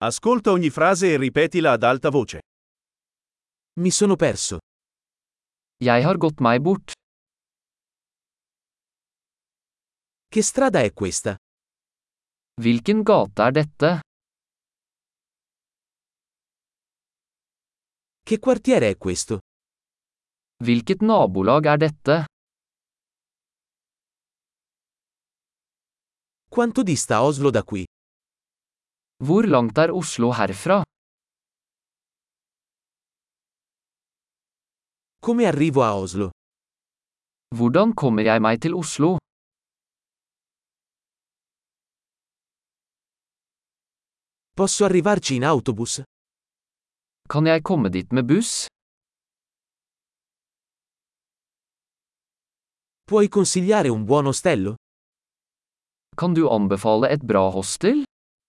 Ascolta ogni frase e ripetila ad alta voce. Mi sono perso. Jeg har gått meg bort. Che strada è questa? Hvilken gate er dette? Che quartiere è questo? Hvilket nabolag er dette? Quanto dista Oslo da qui? Hvor langt er Oslo herfra? Come arrivo a Oslo? Hvordan kommer jeg meg til Oslo? Posso arrivarci in autobus? Kan jeg komme dit med buss? Puoi consigliare un buon ostello? Kan du anbefale et bra hostel?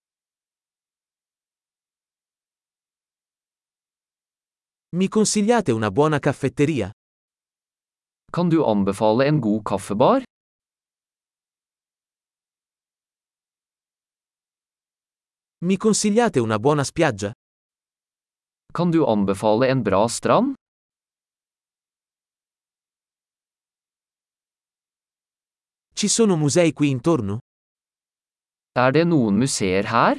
Mi consigliate una buona caffetteria? Kan du anbefale en god kaffebar? Mi consigliate una buona spiaggia? Kan du anbefale en bra strand? Ci sono musei qui intorno? Er det noen museer her?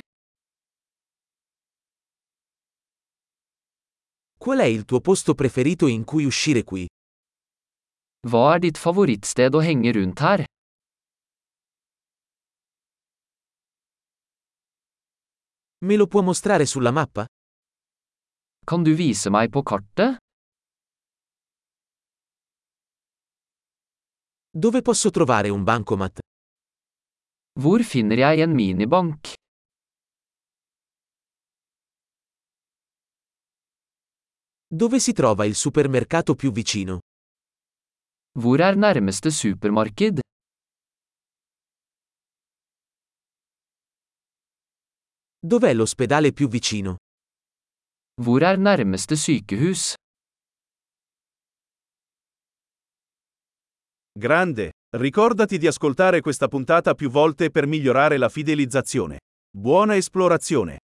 Qual è il tuo posto preferito in cui uscire qui? Hva er ditt favorittsted å henge rundt her? Me lo può mostrare sulla mappa? Kan du vise meg på kartet? Dove posso trovare un bancomat? Hvor finner jeg en minibank? Dove si trova il supermercato più vicino? Hvor er nærmeste supermarked? Dov'è l'ospedale più vicino? Hvor er nærmeste sykehus? Grande! Ricordati di ascoltare questa puntata più volte per migliorare la fidelizzazione. Buona esplorazione!